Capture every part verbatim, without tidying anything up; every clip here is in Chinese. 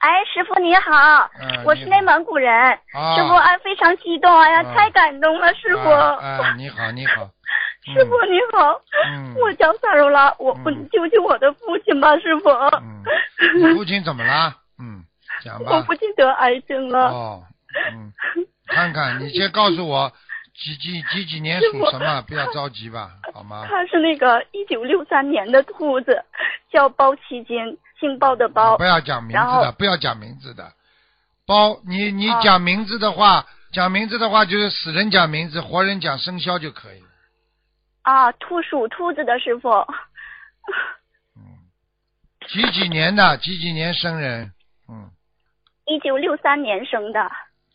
哎，师傅你好， 嗯、 我是内蒙古人， 啊、 师傅哎非常激动，哎呀、 啊、 太感动了，师傅。 哎、啊，你好你好， 师傅你好， 嗯， 我叫萨柔拉，我嗯我你救救我的父亲吧，师傅。 嗯，你父亲怎么了？嗯，讲吧。 我父亲得癌症了。 哦，嗯，看看你先告诉我几几几几年属什么，不要着急吧，好吗？ 他是那个一九六三年的兔子，叫包期间，姓包的包。 不要讲名字的，不要讲名字的。包，你你讲名字的话，啊、讲名字的话就是死人讲名字，活人讲生肖就可以了。 啊，兔属兔子的师傅。 嗯，几几年的？几几年生人？嗯。 一九六三年生的。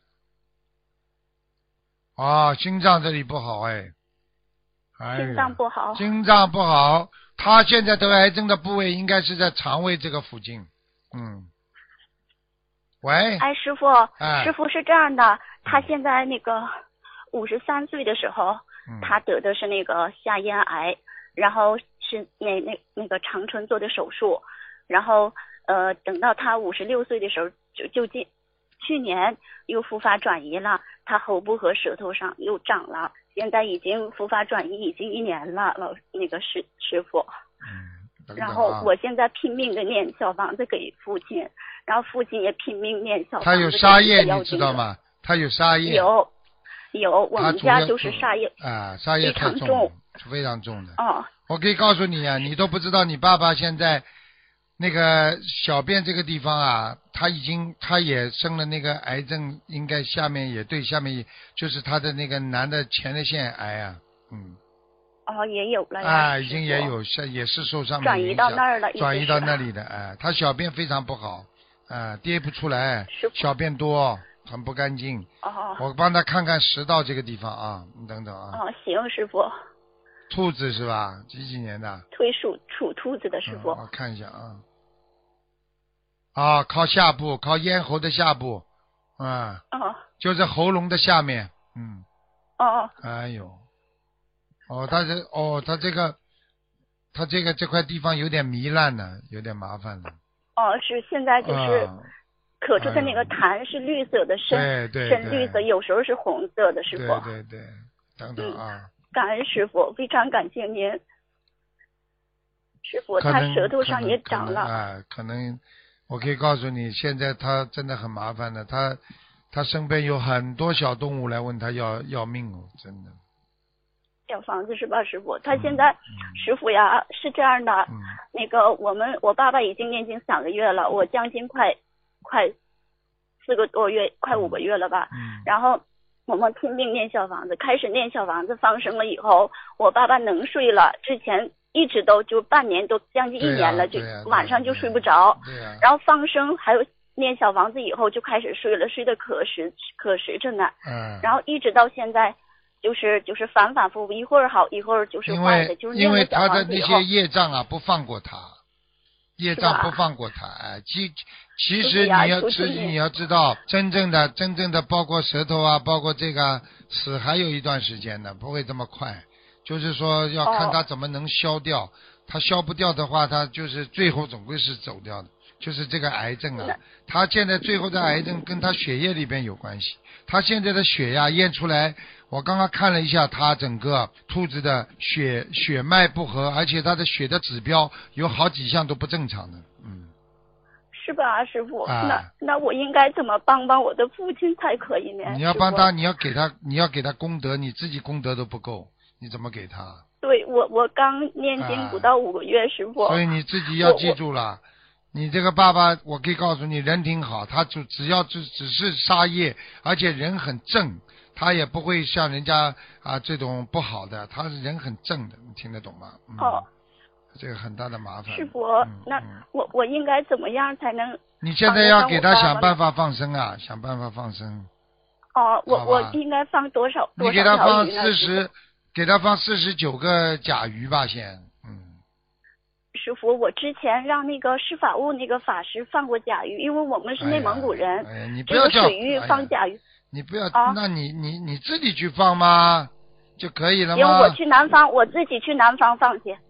哦，心脏这里不好哎。哎心脏不好。 心脏不好，他现在得癌症的部位应该是在肠胃这个附近。嗯。喂。 哎，师傅， 哎、 师傅是这样的，他现在那个五十三岁的时候。 嗯、 他得的是那个下咽癌，然后是那那那个长春做的手术，然后呃等到他五十六岁的时候就就进，去年又复发转移了，他喉部和舌头上又长了，现在已经复发转移已经一年了，老那个师师傅。 嗯。等等啊、 然后我现在拼命的念小房子给父亲，然后父亲也拼命念小房子。 他有沙叶，你知道吗？他有沙叶。 有。有，我们家就是沙叶啊，沙叶太重， 重非常重的。 哦， 我可以告诉你啊，你都不知道，你爸爸现在那个小便这个地方啊，他已经他也生了那个癌症，应该下面也对，下面就是他的那个男的前列腺癌啊，嗯。 哦，也有了呀。 啊，已经也有，也是受上面转移到那儿了， 转移到那里的，哎，他小便非常不好，啊，憋不出来，小便多。很不干净。 哦。 我帮他看看食道这个地方啊，你等等啊。 哦，行，师傅。 兔子是吧？几几年的？ 推属属兔子的师傅。 嗯、我看一下啊。啊，靠下部，靠咽喉的下部，啊。 哦。 就是喉咙的下面，嗯。 哦。 哎呦。哦，他这哦，他这个，他这个这块地方有点糜烂了，有点麻烦了。 哦，是现在就是。 啊可出的那个痰是绿色的，深深绿色，有时候是红色的，师傅。 对对对，等等啊、 嗯！感恩师傅，非常感谢您。师傅，他舌头上也长了。 啊，可能我可以告诉你，现在他真的很麻烦的，他他身边有很多小动物来问他要要命哦，真的。 小房子是吧，师傅？他现在、嗯、师傅呀是这样的， 嗯、 那个我们我爸爸已经念经三个月了，我将近快。快四个多月，快五个月了吧。 嗯。 然后我们拼命念小房子，开始念小房子放生了以后，我爸爸能睡了。之前一直都就半年都将近一年了， 就晚上就睡不着。 对呀。 然后放生还有念小房子以后就开始睡了，睡得可实可实着呢。 嗯。 然后一直到现在，就是就是反反复复，一会儿好，一会儿就是坏的，就是因为他的那些业障啊，不放过他。业障不放过他，哎，其其实你要自己你要知道，真正的真正的包括舌头啊，包括这个死还有一段时间的，不会这么快。就是说要看他怎么能消掉，哦、他消不掉的话，他就是最后总归是走掉的。就是这个癌症啊，他现在最后的癌症跟他血液里边有关系。他现在的血呀验出来，我刚刚看了一下，他整个兔子的血血脉不和，而且他的血的指标有好几项都不正常的，嗯。 是吧，师傅？ 啊、 那那我应该怎么帮帮我的父亲才可以呢？ 你要帮他，你要给他，你要给他功德，你自己功德都不够，你怎么给他？ 对，我我刚念经不到五个月，啊、师傅。 所以你自己要记住了。你这个爸爸，我可以告诉你，人挺好，他就只要只只是杀业，而且人很正，他也不会像人家啊这种不好的，他是人很正的，你听得懂吗？嗯、 哦， 这个很大的麻烦。 师傅， 嗯、 那、 嗯、 我我应该怎么样才能？ 你现在要给他想办法放生啊，想办法放生。 哦，我我应该放多少？多少你给他放四十，给他放四十九个甲鱼吧，先。 师傅，我之前让那个施法务那个法师放过甲鱼，因为我们是内蒙古人， 哎呀哎呀你不要叫水域放甲鱼。哎、 你不要，啊、那你你你自己去放吗？就可以了吗？ 行，我去南方，我自己去南方放去。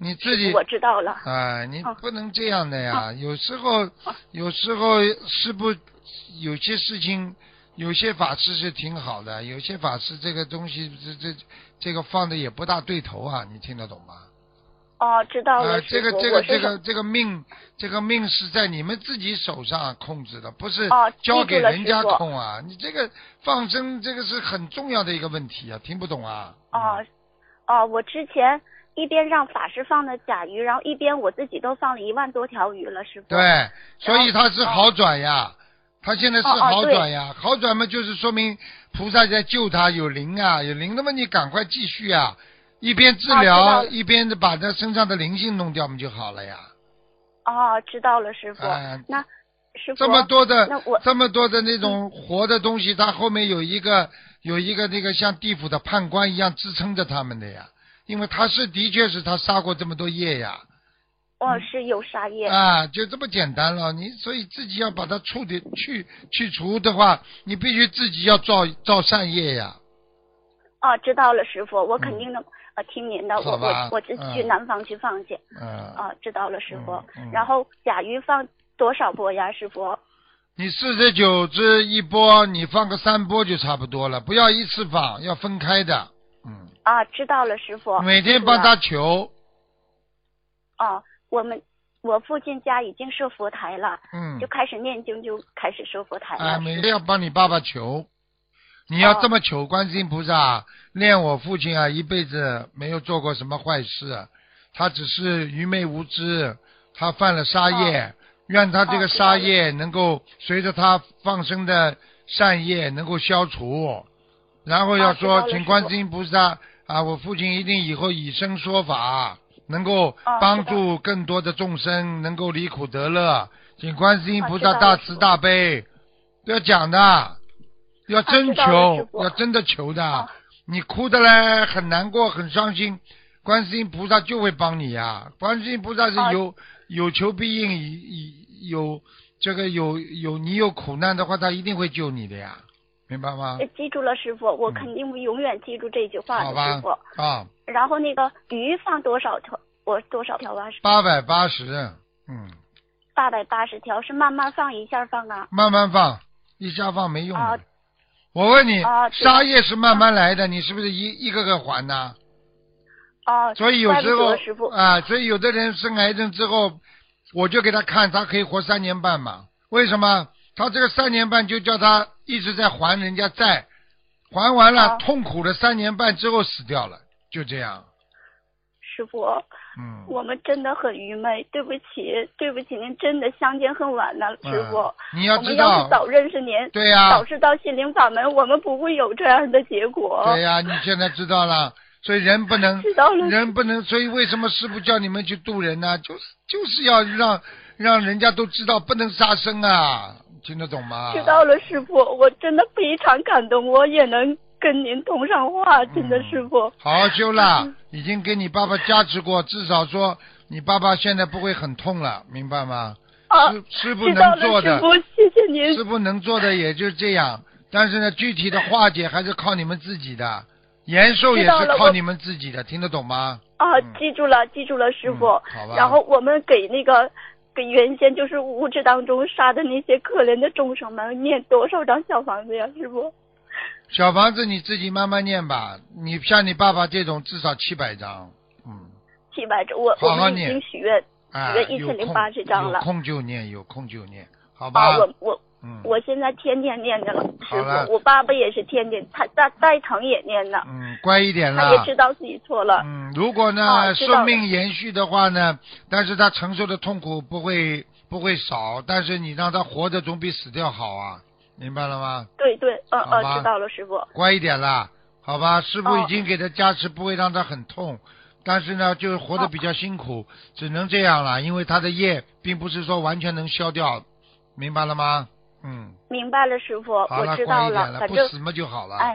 你自己我知道了。 啊，你不能这样的呀！ 啊、 有时候，啊、有时候是不有些事情，有些法师是挺好的，有些法师这个东西，这这这个放的也不大对头啊！你听得懂吗？ 哦，知道了。 啊，这个这个这个这个命，这个命是在你们自己手上控制的，不是交给人家控啊！你这个放生，这个是很重要的一个问题啊！听不懂啊？ 哦，哦，我之前一边让法师放的甲鱼，然后一边我自己都放了一万多条鱼了，师傅。 对，所以他是好转呀，哦、他现在是好转呀， 哦哦、 好转嘛，就是说明菩萨在救他，有灵啊，有灵，那么你赶快继续啊。一边治疗、哦、一边的把他身上的灵性弄掉嘛就好了呀。 哦，知道了，师傅。哎、那师傅这么多的那我这么多的那种活的东西，它后面有一个有一个那个像地府的判官一样支撑着他们的呀，因为他是的确是他杀过这么多业呀。 哦，是有杀业啊，就这么简单了。你所以自己要把它处理去去除的话，你必须自己要造造善业呀。 哦，知道了，师傅，我肯定能。嗯呃，听您的，我我我自己去南方去放去。 嗯。 啊，知道了，师傅。 嗯嗯、 然后甲鱼放多少波呀，师傅？ 你四十九只一波，你放个三波就差不多了，不要一次放，要分开的。嗯。 啊，知道了，师傅。 每天帮他求。 哦，我们我父亲家已经设佛台了。 嗯。 就开始念经，就开始设佛台了。 啊，每天要帮你爸爸求。你要这么求，哦、观世音菩萨念我父亲啊，一辈子没有做过什么坏事，他只是愚昧无知，他犯了杀业，哦、愿他这个杀业能够随着他放生的善业能够消除，然后要说，请观世音菩萨啊，我父亲一定以后以身说法，能够帮助更多的众生，能够离苦得乐，请观世音菩萨大慈大悲，要讲的。要真求， 啊、 要真的求的， 啊、 你哭的嘞，很难过，很伤心，观世音菩萨就会帮你呀。观世音菩萨是有、啊、有求必应，有这个有有你有苦难的话，他一定会救你的呀，明白吗？ 记住了，师傅，我肯定永远记住这句话的， 嗯、 师傅。 啊。 然后那个鱼放多少条？我多少条啊？ 八百八十，嗯。 八百八十条是慢慢放，一下放啊？ 慢慢放，一下放没用的。 啊我问你， 啊、 杀业是慢慢来的，啊、你是不是一一个个还呢？ 啊， 所以有时候啊，所以有的人生癌症之后，我就给他看，他可以活三年半嘛？为什么？他这个三年半就叫他一直在还人家债，还完了、啊、痛苦了三年半之后死掉了，就这样。 师傅， 嗯， 我们真的很愚昧，对不起，对不起，您真的相见恨晚了，师傅。 嗯、你要知道， 我们要是早认识您， 对呀、啊， 早知道心灵法门，我们不会有这样的结果。 对呀、啊，你现在知道了，所以人不能， 知道了， 人不能，所以为什么师父叫你们去渡人呢？就是就是要让让人家都知道不能杀生啊，听得懂吗？ 知道了，师傅，我真的非常感动，我也能跟您通上话，真的，师傅。 嗯、好好修啦，已经给你爸爸加持过，至少说你爸爸现在不会很痛了，明白吗？ 啊， 师师父能做的， 师父谢谢您。 师父能做的也就这样，但是呢，具体的化解还是靠你们自己的，延寿也是靠你们自己的，听得懂吗？ 啊，嗯、记住了，记住了，师傅。 嗯、好吧。 然后我们给那个给原先就是物质当中杀的那些可怜的众生们念多少张小房子呀，师傅？ 小房子你自己慢慢念吧，你像你爸爸这种至少七百张，嗯， 七百张，我好好我们已经许愿， 许愿一千零八十张了。 有空就念，有空就念，好吧？ 啊，我我、 嗯、 我现在天天念着了，师傅。 我爸爸也是天天，他在在疼也念呢。 嗯，乖一点了。 他也知道自己错了。 嗯，如果呢、 啊、 寿命延续的话呢，但是他承受的痛苦不会不会少，但是你让他活着总比死掉好啊。明白了吗？ 对对，嗯嗯，知道了，师傅。 乖一点啦，好吧，师傅已经给他加持，不会让他很痛，哦、但是呢，就是活得比较辛苦，哦、只能这样了，因为他的业并不是说完全能消掉，明白了吗？嗯。 明白了，师傅， 好了， 我知道了， 了， 不死嘛就好了。 哎